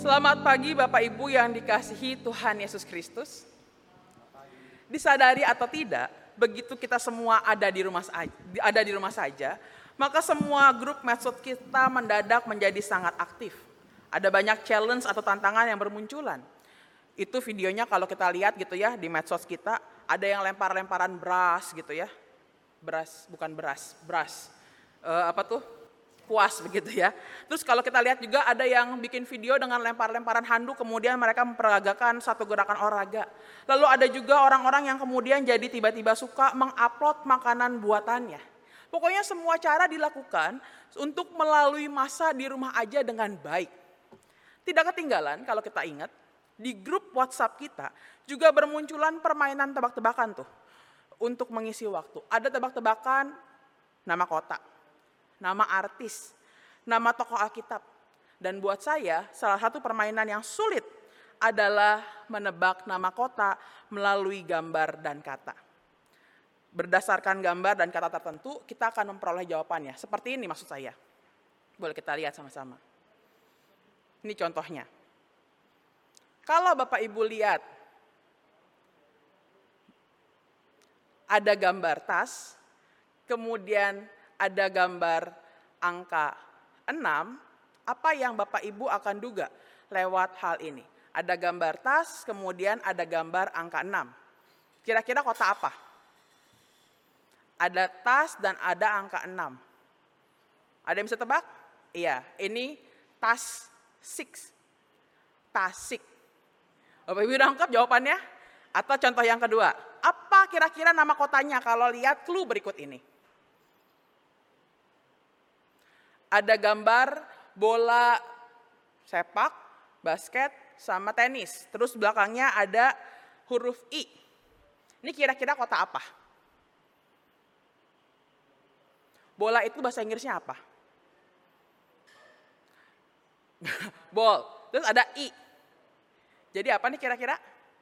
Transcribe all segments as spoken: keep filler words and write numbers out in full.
Selamat pagi Bapak Ibu yang dikasihi Tuhan Yesus Kristus. Disadari atau tidak, begitu kita semua ada di rumah ada di rumah saja, maka semua grup medsos kita mendadak menjadi sangat aktif. Ada banyak challenge atau tantangan yang bermunculan. Itu videonya kalau kita lihat gitu ya di medsos kita, ada yang lempar-lemparan beras gitu ya. Beras, bukan beras, beras. Uh, apa tuh? Kuas begitu ya. Terus kalau kita lihat juga ada yang bikin video dengan lempar-lemparan handuk, kemudian mereka memperagakan satu gerakan olahraga. Lalu ada juga orang-orang yang kemudian jadi tiba-tiba suka mengupload makanan buatannya. Pokoknya semua cara dilakukan untuk melalui masa di rumah aja dengan baik. Tidak ketinggalan kalau kita ingat, di grup WhatsApp kita juga bermunculan permainan tebak-tebakan tuh untuk mengisi waktu. Ada tebak-tebakan nama kota, nama artis, nama tokoh Alkitab. Dan buat saya, salah satu permainan yang sulit adalah menebak nama kota melalui gambar dan kata. Berdasarkan gambar dan kata tertentu, kita akan memperoleh jawabannya. Seperti ini maksud saya. Boleh kita lihat sama-sama. Ini contohnya. Kalau Bapak Ibu lihat, ada gambar tas, kemudian ada gambar angka enam, apa yang Bapak Ibu akan duga lewat hal ini? Ada gambar tas, kemudian ada gambar angka enam. Kira-kira kota apa? Ada tas dan ada angka enam. Ada yang bisa tebak? Iya, ini tas six. Tasik. Bapak Ibu udah lengkap jawabannya? Atau contoh yang kedua, apa kira-kira nama kotanya kalau lihat clue berikut ini? Ada gambar bola sepak, basket, sama tenis. Terus belakangnya ada huruf I. Ini kira-kira kota apa? Bola itu bahasa Inggrisnya apa? Ball. Terus ada I. Jadi apa nih kira-kira?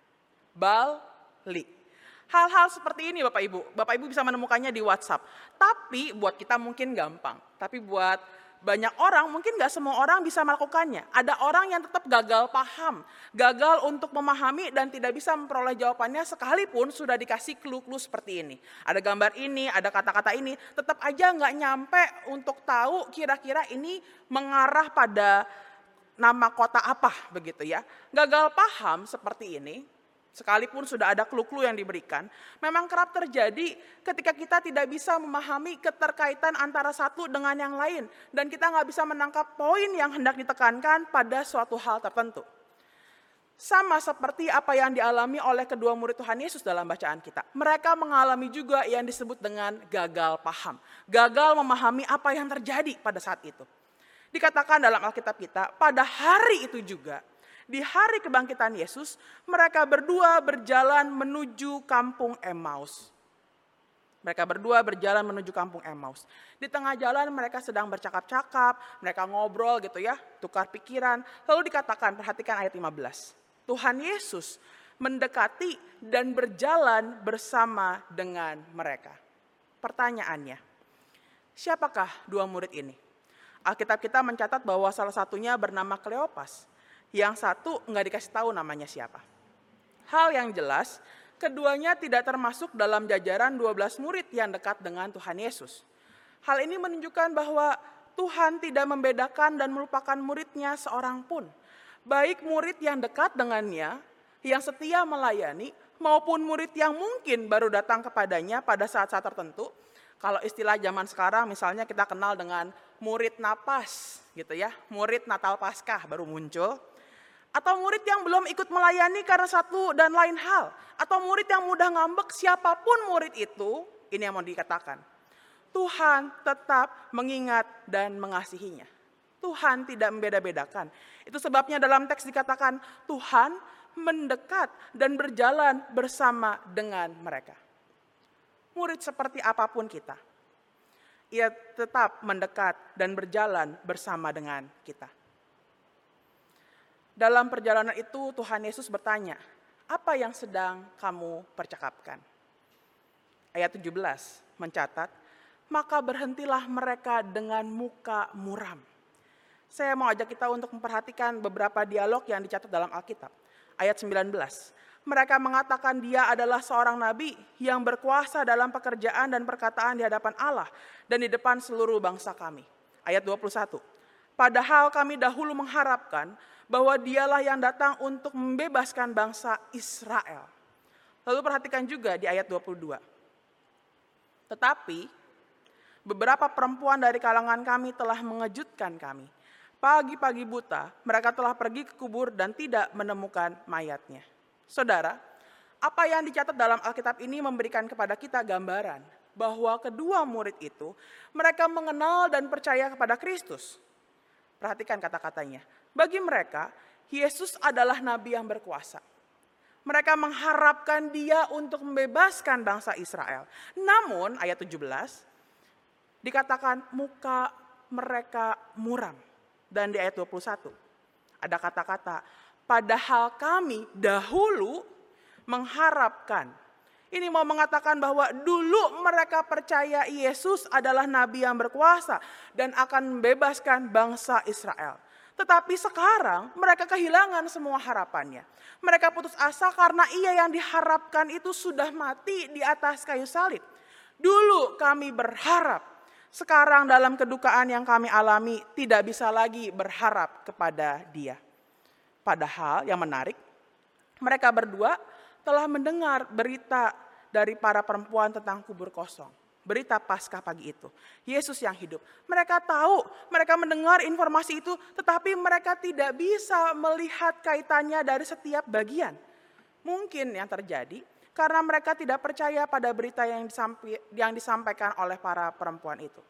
Balik. Hal-hal seperti ini Bapak Ibu. Bapak Ibu bisa menemukannya di WhatsApp. Tapi buat kita mungkin gampang. Tapi buat banyak orang, mungkin gak semua orang bisa melakukannya. Ada orang yang tetap gagal paham, gagal untuk memahami dan tidak bisa memperoleh jawabannya sekalipun sudah dikasih clue-clue seperti ini. Ada gambar ini, ada kata-kata ini, tetap aja gak nyampe untuk tahu kira-kira ini mengarah pada nama kota apa begitu ya. Gagal paham seperti ini, sekalipun sudah ada clue-clue yang diberikan, memang kerap terjadi ketika kita tidak bisa memahami keterkaitan antara satu dengan yang lain. Dan kita nggak bisa menangkap poin yang hendak ditekankan pada suatu hal tertentu. Sama seperti apa yang dialami oleh kedua murid Tuhan Yesus dalam bacaan kita. Mereka mengalami juga yang disebut dengan gagal paham. Gagal memahami apa yang terjadi pada saat itu. Dikatakan dalam Alkitab kita, pada hari itu juga, di hari kebangkitan Yesus, mereka berdua berjalan menuju kampung Emmaus. Mereka berdua berjalan menuju kampung Emmaus. Di tengah jalan mereka sedang bercakap-cakap, mereka ngobrol gitu ya, tukar pikiran. Lalu dikatakan, perhatikan ayat lima belas. Tuhan Yesus mendekati dan berjalan bersama dengan mereka. Pertanyaannya, siapakah dua murid ini? Alkitab kita mencatat bahwa salah satunya bernama Kleopas. Yang satu nggak dikasih tahu namanya siapa. Hal yang jelas, keduanya tidak termasuk dalam jajaran dua belas murid yang dekat dengan Tuhan Yesus. Hal ini menunjukkan bahwa Tuhan tidak membedakan dan melupakan muridnya seorang pun. Baik murid yang dekat dengannya, yang setia melayani, maupun murid yang mungkin baru datang kepadanya pada saat-saat tertentu. Kalau istilah zaman sekarang misalnya kita kenal dengan murid napas gitu ya, murid Natal Paskah baru muncul. Atau murid yang belum ikut melayani karena satu dan lain hal. Atau murid yang mudah ngambek, siapapun murid itu, ini yang mau dikatakan. Tuhan tetap mengingat dan mengasihinya. Tuhan tidak membeda-bedakan. Itu sebabnya dalam teks dikatakan, Tuhan mendekat dan berjalan bersama dengan mereka. Murid seperti apapun kita, ia tetap mendekat dan berjalan bersama dengan kita. Dalam perjalanan itu Tuhan Yesus bertanya, apa yang sedang kamu percakapkan? Ayat tujuh belas mencatat, maka berhentilah mereka dengan muka muram. Saya mau ajak kita untuk memperhatikan beberapa dialog yang dicatat dalam Alkitab. Ayat sembilan belas. Mereka mengatakan dia adalah seorang nabi yang berkuasa dalam pekerjaan dan perkataan di hadapan Allah dan di depan seluruh bangsa kami. Ayat dua puluh satu. Padahal kami dahulu mengharapkan bahwa dialah yang datang untuk membebaskan bangsa Israel. Lalu perhatikan juga di ayat dua puluh dua. Tetapi beberapa perempuan dari kalangan kami telah mengejutkan kami. Pagi-pagi buta, mereka telah pergi ke kubur dan tidak menemukan mayatnya. Saudara, apa yang dicatat dalam Alkitab ini memberikan kepada kita gambaran bahwa kedua murid itu, mereka mengenal dan percaya kepada Kristus. Perhatikan kata-katanya. Bagi mereka, Yesus adalah nabi yang berkuasa. Mereka mengharapkan dia untuk membebaskan bangsa Israel. Namun, ayat tujuh belas, dikatakan muka mereka muram. Dan di ayat dua puluh satu ada kata-kata, padahal kami dahulu mengharapkan. Ini mau mengatakan bahwa dulu mereka percaya Yesus adalah nabi yang berkuasa dan akan membebaskan bangsa Israel. Tetapi sekarang mereka kehilangan semua harapannya. Mereka putus asa karena ia yang diharapkan itu sudah mati di atas kayu salib. Dulu kami berharap. Sekarang dalam kedukaan yang kami alami tidak bisa lagi berharap kepada dia. Padahal yang menarik, mereka berdua telah mendengar berita dari para perempuan tentang kubur kosong. Berita Paskah pagi itu. Yesus yang hidup. Mereka tahu, mereka mendengar informasi itu, tetapi mereka tidak bisa melihat kaitannya dari setiap bagian. Mungkin yang terjadi karena mereka tidak percaya pada berita yang yang disampaikan oleh para perempuan itu.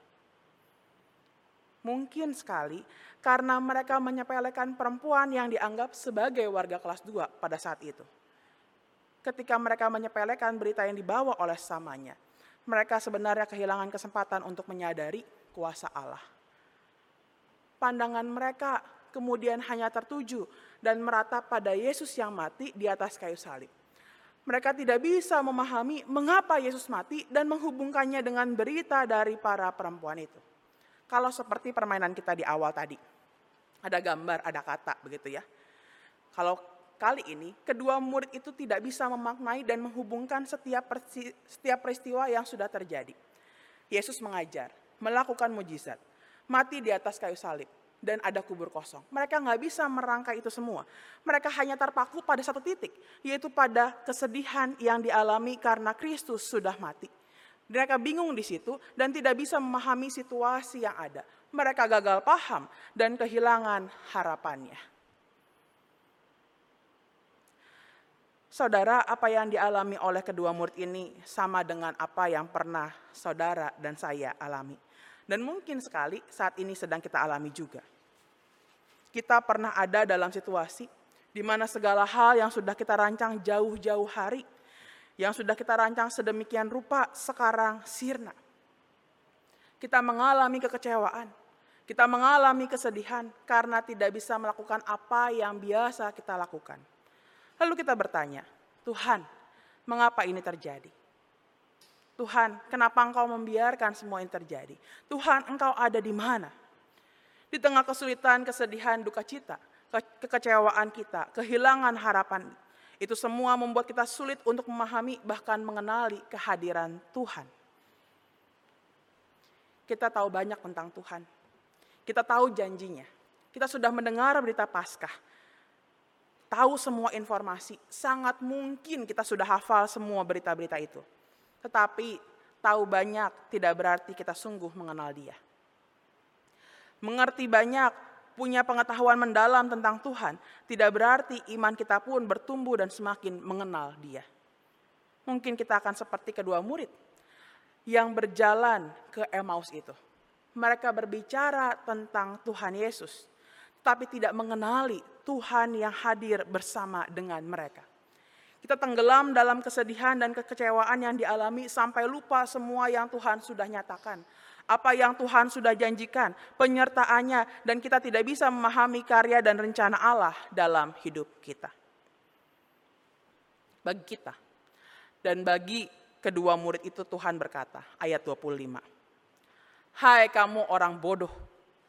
Mungkin sekali karena mereka menyepelekan perempuan yang dianggap sebagai warga kelas dua pada saat itu. Ketika mereka menyepelekan berita yang dibawa oleh sesamanya, mereka sebenarnya kehilangan kesempatan untuk menyadari kuasa Allah. Pandangan mereka kemudian hanya tertuju dan meratap pada Yesus yang mati di atas kayu salib. Mereka tidak bisa memahami mengapa Yesus mati dan menghubungkannya dengan berita dari para perempuan itu. Kalau seperti permainan kita di awal tadi, ada gambar, ada kata begitu ya. Kalau kali ini kedua murid itu tidak bisa memaknai dan menghubungkan setiap setiap peristiwa yang sudah terjadi. Yesus mengajar, melakukan mujizat, mati di atas kayu salib, dan ada kubur kosong. Mereka nggak bisa merangkai itu semua. Mereka hanya terpaku pada satu titik, yaitu pada kesedihan yang dialami karena Kristus sudah mati. Mereka bingung di situ dan tidak bisa memahami situasi yang ada. Mereka gagal paham dan kehilangan harapannya. Saudara, apa yang dialami oleh kedua murid ini sama dengan apa yang pernah saudara dan saya alami. Dan mungkin sekali saat ini sedang kita alami juga. Kita pernah ada dalam situasi di mana segala hal yang sudah kita rancang jauh-jauh hari, yang sudah kita rancang sedemikian rupa, sekarang sirna. Kita mengalami kekecewaan, kita mengalami kesedihan karena tidak bisa melakukan apa yang biasa kita lakukan. Lalu kita bertanya, Tuhan, mengapa ini terjadi? Tuhan, kenapa Engkau membiarkan semua ini terjadi? Tuhan, Engkau ada di mana? Di tengah kesulitan, kesedihan, duka cita, ke- kekecewaan kita, kehilangan harapan, itu semua membuat kita sulit untuk memahami bahkan mengenali kehadiran Tuhan. Kita tahu banyak tentang Tuhan. Kita tahu janjinya. Kita sudah mendengar berita Paskah. Tahu semua informasi. Sangat mungkin kita sudah hafal semua berita-berita itu. Tetapi tahu banyak tidak berarti kita sungguh mengenal Dia. Mengerti banyak, punya pengetahuan mendalam tentang Tuhan, tidak berarti iman kita pun bertumbuh dan semakin mengenal Dia. Mungkin kita akan seperti kedua murid yang berjalan ke Emmaus itu. Mereka berbicara tentang Tuhan Yesus, tapi tidak mengenali Tuhan yang hadir bersama dengan mereka. Kita tenggelam dalam kesedihan dan kekecewaan yang dialami sampai lupa semua yang Tuhan sudah nyatakan. Apa yang Tuhan sudah janjikan, penyertaannya, dan kita tidak bisa memahami karya dan rencana Allah dalam hidup kita. Bagi kita, dan bagi kedua murid itu Tuhan berkata, ayat dua puluh lima. Hai kamu orang bodoh,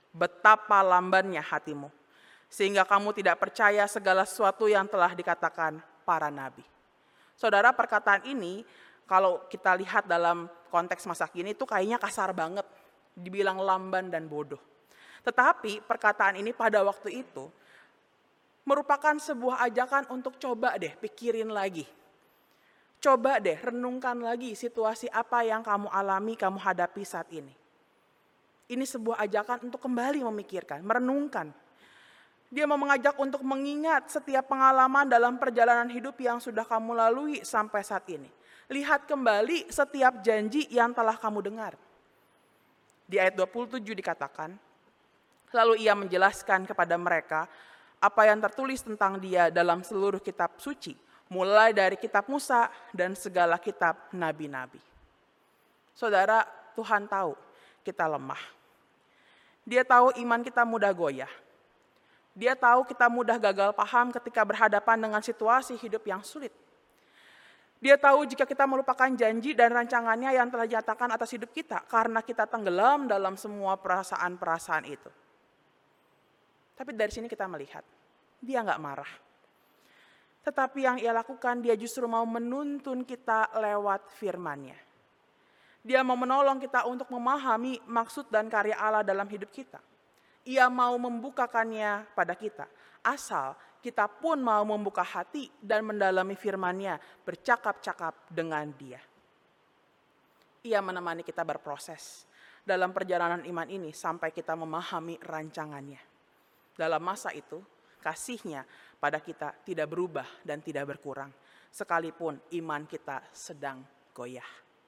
betapa lambannya hatimu, sehingga kamu tidak percaya segala sesuatu yang telah dikatakan para nabi. Saudara, perkataan ini kalau kita lihat dalam konteks masa kini itu kayaknya kasar banget, dibilang lamban dan bodoh. Tetapi perkataan ini pada waktu itu merupakan sebuah ajakan untuk coba deh pikirin lagi. Coba deh renungkan lagi situasi apa yang kamu alami, kamu hadapi saat ini. Ini sebuah ajakan untuk kembali memikirkan, merenungkan. Dia mau mengajak untuk mengingat setiap pengalaman dalam perjalanan hidup yang sudah kamu lalui sampai saat ini. Lihat kembali setiap janji yang telah kamu dengar. Di ayat dua puluh tujuh dikatakan, lalu ia menjelaskan kepada mereka apa yang tertulis tentang dia dalam seluruh kitab suci, mulai dari kitab Musa dan segala kitab nabi-nabi. Saudara, Tuhan tahu kita lemah. Dia tahu iman kita mudah goyah. Dia tahu kita mudah gagal paham ketika berhadapan dengan situasi hidup yang sulit. Dia tahu jika kita melupakan janji dan rancangannya yang telah dinyatakan atas hidup kita karena kita tenggelam dalam semua perasaan-perasaan itu. Tapi dari sini kita melihat, dia nggak marah. Tetapi yang ia lakukan, dia justru mau menuntun kita lewat firman-Nya. Dia mau menolong kita untuk memahami maksud dan karya Allah dalam hidup kita. Ia mau membukakannya pada kita, asal kita pun mau membuka hati dan mendalami firman-Nya, bercakap-cakap dengan Dia. Ia menemani kita berproses dalam perjalanan iman ini sampai kita memahami rancangannya. Dalam masa itu, kasih-Nya pada kita tidak berubah dan tidak berkurang, sekalipun iman kita sedang goyah.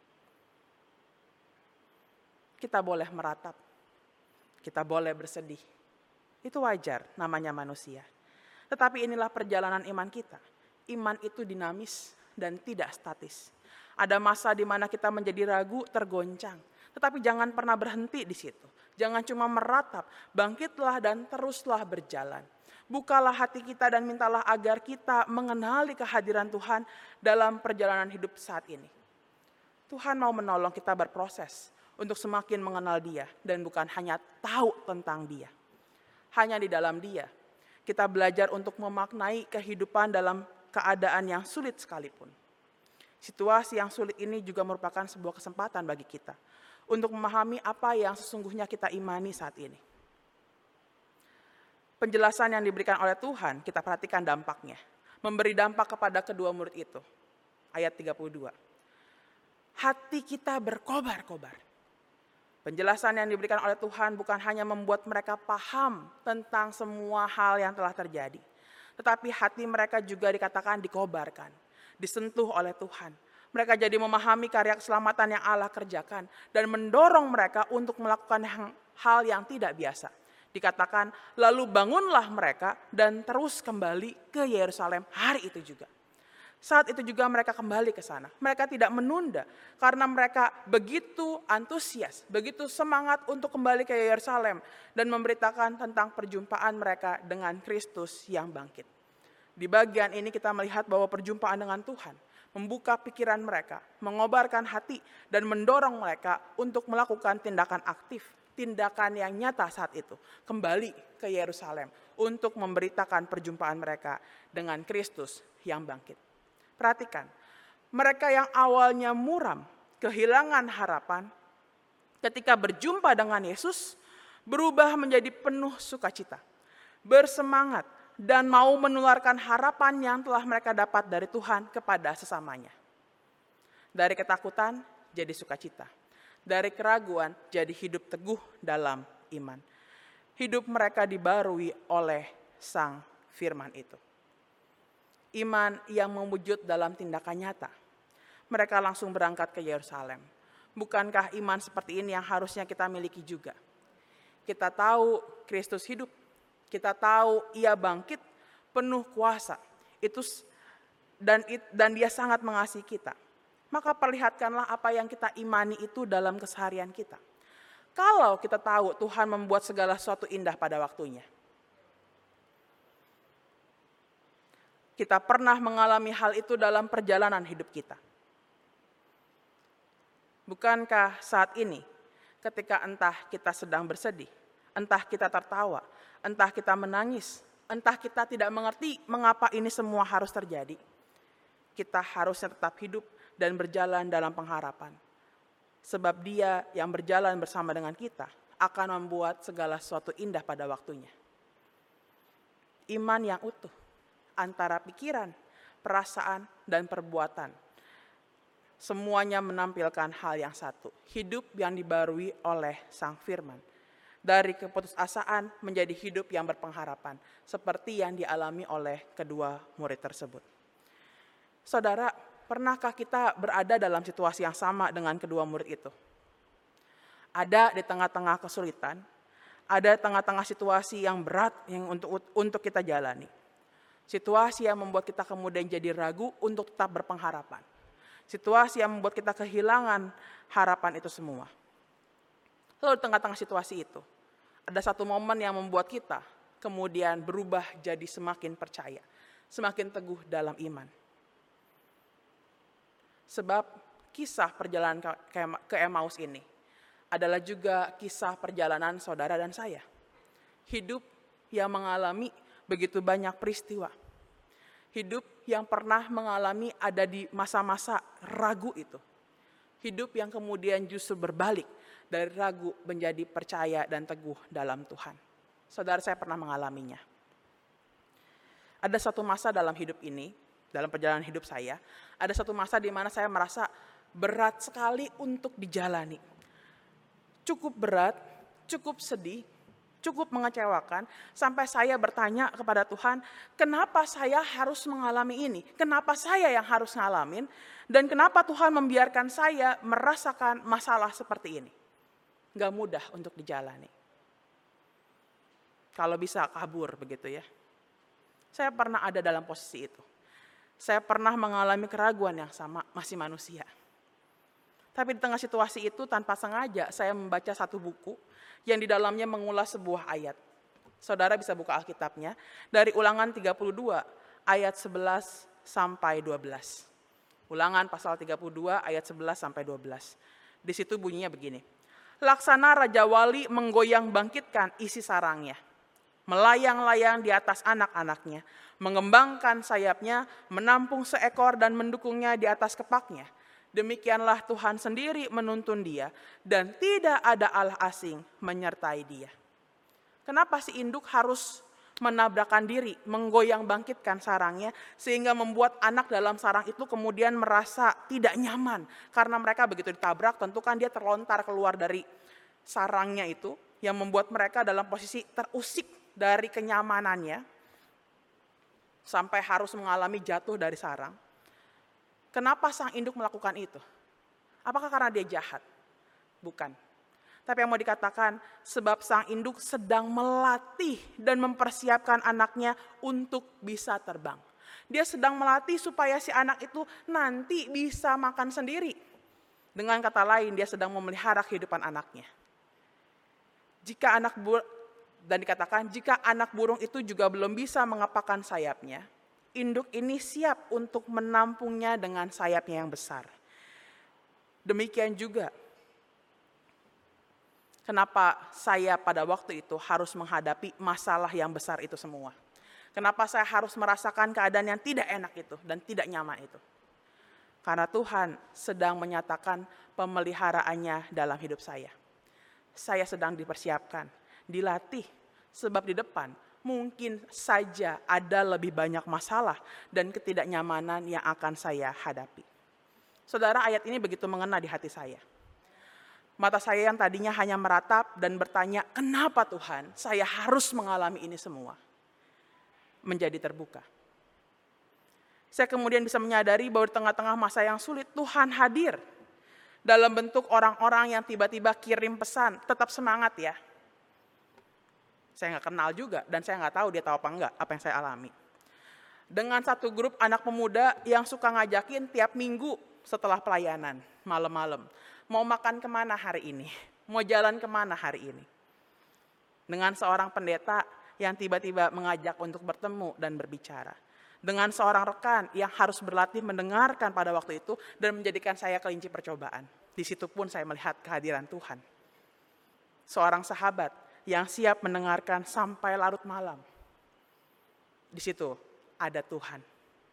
Kita boleh meratap, kita boleh bersedih. Itu wajar, namanya manusia. Tetapi inilah perjalanan iman kita. Iman itu dinamis dan tidak statis. Ada masa di mana kita menjadi ragu, tergoncang. Tetapi jangan pernah berhenti di situ. Jangan cuma meratap, bangkitlah dan teruslah berjalan. Bukalah hati kita dan mintalah agar kita mengenali kehadiran Tuhan dalam perjalanan hidup saat ini. Tuhan mau menolong kita berproses untuk semakin mengenal Dia dan bukan hanya tahu tentang Dia. Hanya di dalam Dia kita belajar untuk memaknai kehidupan dalam keadaan yang sulit sekalipun. Situasi yang sulit ini juga merupakan sebuah kesempatan bagi kita untuk memahami apa yang sesungguhnya kita imani saat ini. Penjelasan yang diberikan oleh Tuhan, kita perhatikan dampaknya. Memberi dampak kepada kedua murid itu. Ayat tiga puluh dua. Hati kita berkobar-kobar. Penjelasan yang diberikan oleh Tuhan bukan hanya membuat mereka paham tentang semua hal yang telah terjadi. Tetapi hati mereka juga dikatakan dikobarkan, disentuh oleh Tuhan. Mereka jadi memahami karya keselamatan yang Allah kerjakan dan mendorong mereka untuk melakukan hal yang tidak biasa. Dikatakan, lalu bangunlah mereka dan terus kembali ke Yerusalem hari itu juga. Saat itu juga mereka kembali ke sana. Mereka tidak menunda karena mereka begitu antusias, begitu semangat untuk kembali ke Yerusalem dan memberitakan tentang perjumpaan mereka dengan Kristus yang bangkit. Di bagian ini kita melihat bahwa perjumpaan dengan Tuhan membuka pikiran mereka, mengobarkan hati dan mendorong mereka untuk melakukan tindakan aktif, tindakan yang nyata saat itu, kembali ke Yerusalem untuk memberitakan perjumpaan mereka dengan Kristus yang bangkit. Perhatikan, mereka yang awalnya muram, kehilangan harapan, ketika berjumpa dengan Yesus, berubah menjadi penuh sukacita, bersemangat, dan mau menularkan harapan yang telah mereka dapat dari Tuhan kepada sesamanya. Dari ketakutan jadi sukacita. Dari keraguan jadi hidup teguh dalam iman. Hidup mereka dibarui oleh Sang Firman itu. Iman yang mewujud dalam tindakan nyata. Mereka langsung berangkat ke Yerusalem. Bukankah iman seperti ini yang harusnya kita miliki juga? Kita tahu Kristus hidup. Kita tahu Ia bangkit penuh kuasa. Itu dan dan Dia sangat mengasihi kita. Maka perlihatkanlah apa yang kita imani itu dalam keseharian kita. Kalau kita tahu Tuhan membuat segala sesuatu indah pada waktunya. Kita pernah mengalami hal itu dalam perjalanan hidup kita. Bukankah saat ini ketika entah kita sedang bersedih Entah kita tertawa, entah kita menangis, entah kita tidak mengerti mengapa ini semua harus terjadi. Kita harusnya tetap hidup dan berjalan dalam pengharapan. Sebab Dia yang berjalan bersama dengan kita akan membuat segala sesuatu indah pada waktunya. Iman yang utuh antara pikiran, perasaan, dan perbuatan. Semuanya menampilkan hal yang satu, hidup yang dibarui oleh Sang Firman. Dari keputusasaan menjadi hidup yang berpengharapan, seperti yang dialami oleh kedua murid tersebut. Saudara, pernahkah kita berada dalam situasi yang sama dengan kedua murid itu? Ada di tengah-tengah kesulitan, ada di tengah-tengah situasi yang berat yang untuk untuk kita jalani. Situasi yang membuat kita kemudian jadi ragu untuk tetap berpengharapan. Situasi yang membuat kita kehilangan harapan itu semua. Lalu di tengah-tengah situasi itu, ada satu momen yang membuat kita kemudian berubah jadi semakin percaya, semakin teguh dalam iman. Sebab kisah perjalanan ke Emmaus ini adalah juga kisah perjalanan saudara dan saya. Hidup yang mengalami begitu banyak peristiwa. Hidup yang pernah mengalami ada di masa-masa ragu itu. Hidup yang kemudian justru berbalik dari ragu menjadi percaya dan teguh dalam Tuhan. Saudara, saya pernah mengalaminya. Ada satu masa dalam hidup ini, dalam perjalanan hidup saya, ada satu masa di mana saya merasa berat sekali untuk dijalani. Cukup berat, cukup sedih, cukup mengecewakan, sampai saya bertanya kepada Tuhan, kenapa saya harus mengalami ini? Kenapa saya yang harus ngalamin? Dan kenapa Tuhan membiarkan saya merasakan masalah seperti ini? Gak mudah untuk dijalani. Kalau bisa kabur begitu ya. Saya pernah ada dalam posisi itu. Saya pernah mengalami keraguan yang sama, masih manusia. Tapi di tengah situasi itu tanpa sengaja saya membaca satu buku yang di dalamnya mengulas sebuah ayat. Saudara bisa buka Alkitabnya dari Ulangan tiga puluh dua ayat sebelas sampai dua belas. Ulangan pasal tiga puluh dua ayat sebelas sampai dua belas. Di situ bunyinya begini. Laksana Raja Wali menggoyang bangkitkan isi sarangnya. Melayang-layang di atas anak-anaknya. Mengembangkan sayapnya, menampung seekor dan mendukungnya di atas kepaknya. Demikianlah Tuhan sendiri menuntun dia dan tidak ada Allah asing menyertai dia. Kenapa si induk harus menabrakkan diri, menggoyang bangkitkan sarangnya sehingga membuat anak dalam sarang itu kemudian merasa tidak nyaman karena mereka begitu ditabrak tentu kan dia terlontar keluar dari sarangnya itu yang membuat mereka dalam posisi terusik dari kenyamanannya sampai harus mengalami jatuh dari sarang. Kenapa sang induk melakukan itu? Apakah karena dia jahat? Bukan. Tapi yang mau dikatakan, sebab sang induk sedang melatih dan mempersiapkan anaknya untuk bisa terbang. Dia sedang melatih supaya si anak itu nanti bisa makan sendiri. Dengan kata lain, dia sedang memelihara kehidupan anaknya. Jika anak burung, dan dikatakan, jika anak burung itu juga belum bisa mengepakkan sayapnya, induk ini siap untuk menampungnya dengan sayapnya yang besar. Demikian juga, kenapa saya pada waktu itu harus menghadapi masalah yang besar itu semua. Kenapa saya harus merasakan keadaan yang tidak enak itu dan tidak nyaman itu. Karena Tuhan sedang menyatakan pemeliharaannya dalam hidup saya. Saya sedang dipersiapkan, dilatih, sebab di depan mungkin saja ada lebih banyak masalah dan ketidaknyamanan yang akan saya hadapi. Saudara, ayat ini begitu mengena di hati saya. Mata saya yang tadinya hanya meratap dan bertanya, kenapa Tuhan saya harus mengalami ini semua? Menjadi terbuka. Saya kemudian bisa menyadari bahwa di tengah-tengah masa yang sulit, Tuhan hadir dalam bentuk orang-orang yang tiba-tiba kirim pesan, tetap semangat ya. Saya nggak kenal juga dan saya nggak tahu dia tahu apa enggak apa yang saya alami. Dengan satu grup anak pemuda yang suka ngajakin tiap minggu setelah pelayanan, malam-malam. Mau makan kemana hari ini? Mau jalan kemana hari ini? Dengan seorang pendeta yang tiba-tiba mengajak untuk bertemu dan berbicara. Dengan seorang rekan yang harus berlatih mendengarkan pada waktu itu dan menjadikan saya kelinci percobaan. Di situ pun saya melihat kehadiran Tuhan. Seorang sahabat yang siap mendengarkan sampai larut malam. Di situ ada Tuhan.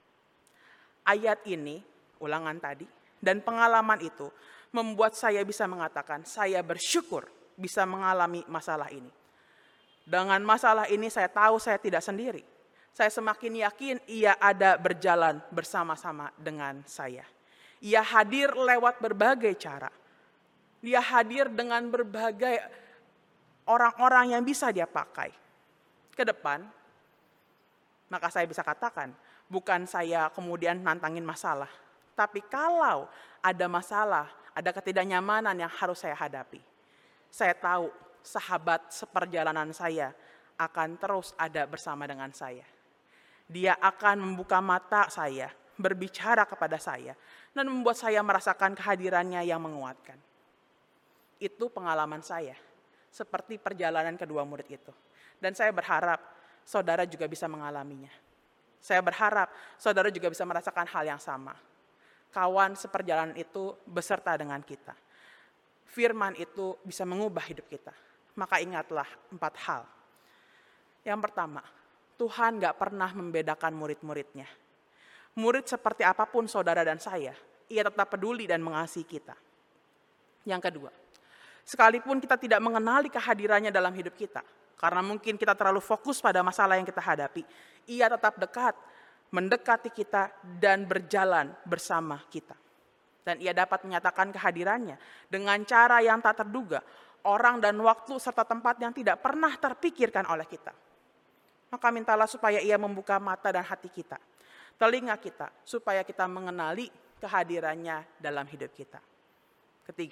Ayat ini, ulangan tadi, dan pengalaman itu membuat saya bisa mengatakan, saya bersyukur bisa mengalami masalah ini. Dengan masalah ini saya tahu saya tidak sendiri. Saya semakin yakin ia ada berjalan bersama-sama dengan saya. Ia hadir lewat berbagai cara. Dia hadir dengan berbagai orang-orang yang bisa dia pakai. Ke depan, maka saya bisa katakan, bukan saya kemudian nantangin masalah. Tapi kalau ada masalah, ada ketidaknyamanan yang harus saya hadapi, saya tahu sahabat seperjalanan saya akan terus ada bersama dengan saya. Dia akan membuka mata saya, berbicara kepada saya, dan membuat saya merasakan kehadirannya yang menguatkan. Itu pengalaman saya, seperti perjalanan kedua murid itu. Dan saya berharap saudara juga bisa mengalaminya. Saya berharap saudara juga bisa merasakan hal yang sama. Kawan seperjalanan itu beserta dengan kita. Firman itu bisa mengubah hidup kita. Maka ingatlah empat hal. Yang pertama, Tuhan gak pernah membedakan murid-muridnya. Murid seperti apapun saudara dan saya, ia tetap peduli dan mengasihi kita. Yang kedua, sekalipun kita tidak mengenali kehadirannya dalam hidup kita, karena mungkin kita terlalu fokus pada masalah yang kita hadapi, ia tetap dekat, mendekati kita dan berjalan bersama kita. Dan ia dapat menyatakan kehadirannya dengan cara yang tak terduga, orang dan waktu serta tempat yang tidak pernah terpikirkan oleh kita. Maka mintalah supaya ia membuka mata dan hati kita, telinga kita, supaya kita mengenali kehadirannya dalam hidup kita. Ketiga,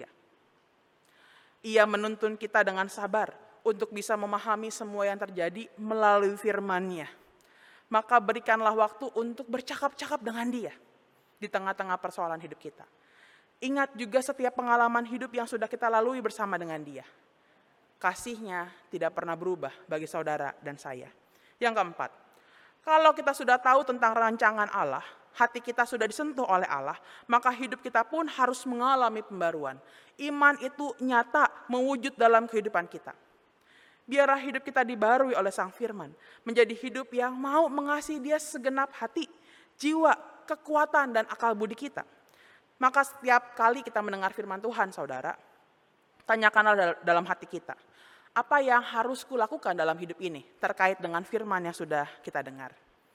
ia menuntun kita dengan sabar untuk bisa memahami semua yang terjadi melalui firman-Nya. Maka berikanlah waktu untuk bercakap-cakap dengan Dia di tengah-tengah persoalan hidup kita. Ingat juga setiap pengalaman hidup yang sudah kita lalui bersama dengan Dia. Kasih-Nya tidak pernah berubah bagi saudara dan saya. Yang keempat, kalau kita sudah tahu tentang rancangan Allah, hati kita sudah disentuh oleh Allah, maka hidup kita pun harus mengalami pembaruan. Iman itu nyata mewujud dalam kehidupan kita. Biarlah hidup kita dibarui oleh Sang Firman, menjadi hidup yang mau mengasihi Dia segenap hati, jiwa, kekuatan, dan akal budi kita. Maka setiap kali kita mendengar firman Tuhan, saudara, tanyakanlah dalam hati kita, apa yang harus kulakukan dalam hidup ini terkait dengan firman yang sudah kita dengar?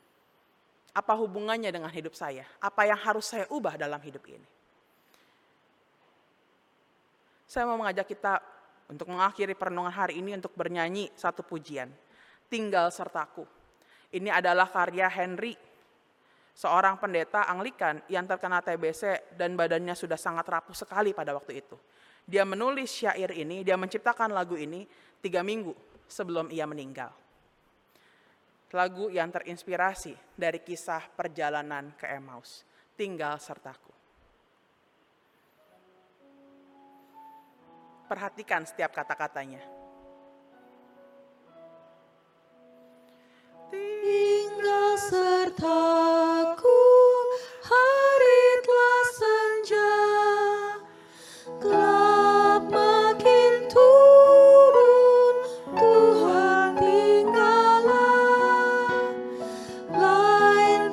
Apa hubungannya dengan hidup saya? Apa yang harus saya ubah dalam hidup ini? Saya mau mengajak kita untuk mengakhiri perenungan hari ini untuk bernyanyi satu pujian, Tinggal Sertaku. Ini adalah karya Henry, seorang pendeta Anglikan yang terkena T B C dan badannya sudah sangat rapuh sekali pada waktu itu. Dia menulis syair ini, dia menciptakan lagu ini tiga minggu sebelum ia meninggal. Lagu yang terinspirasi dari kisah perjalanan ke Emmaus, Tinggal Sertaku. Perhatikan setiap kata-katanya. Tinggal sertaku, hari telah senja, gelap makin turun, Tuhan tinggallah, lain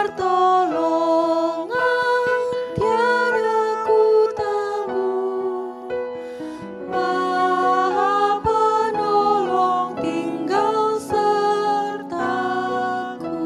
pertolongan tiada ku tahu, Maha Penolong tinggal sertaku.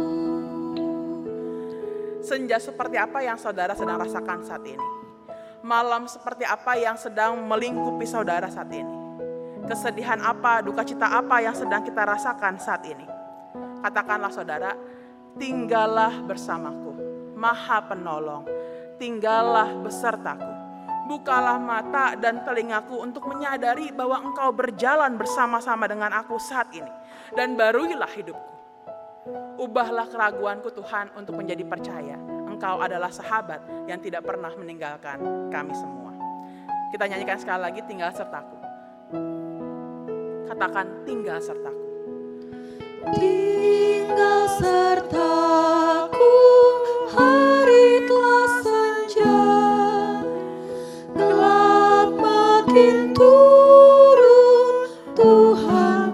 Senja seperti apa yang saudara sedang rasakan saat ini? Malam seperti apa yang sedang melingkupi saudara saat ini? Kesedihan apa, duka cita apa yang sedang kita rasakan saat ini? Katakanlah saudara, tinggallah bersamaku, Maha Penolong, tinggallah besertaku. Bukalah mata dan telingaku untuk menyadari bahwa Engkau berjalan bersama-sama dengan aku saat ini. Dan baruilah hidupku. Ubahlah keraguanku Tuhan untuk menjadi percaya. Engkau adalah sahabat yang tidak pernah meninggalkan kami semua. Kita nyanyikan sekali lagi, Tinggal Sertaku. Katakan, tinggal sertaku. Tinggal sertaku, hari telah senja, gelap makin turun, Tuhan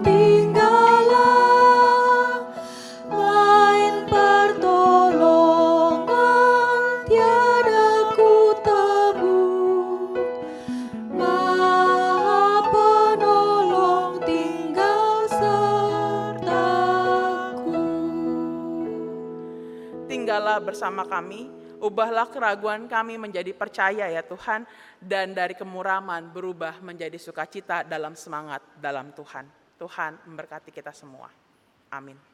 tinggallah bersama kami, ubahlah keraguan kami menjadi percaya ya Tuhan, dan dari kemuraman berubah menjadi sukacita dalam semangat dalam Tuhan. Tuhan memberkati kita semua. Amin.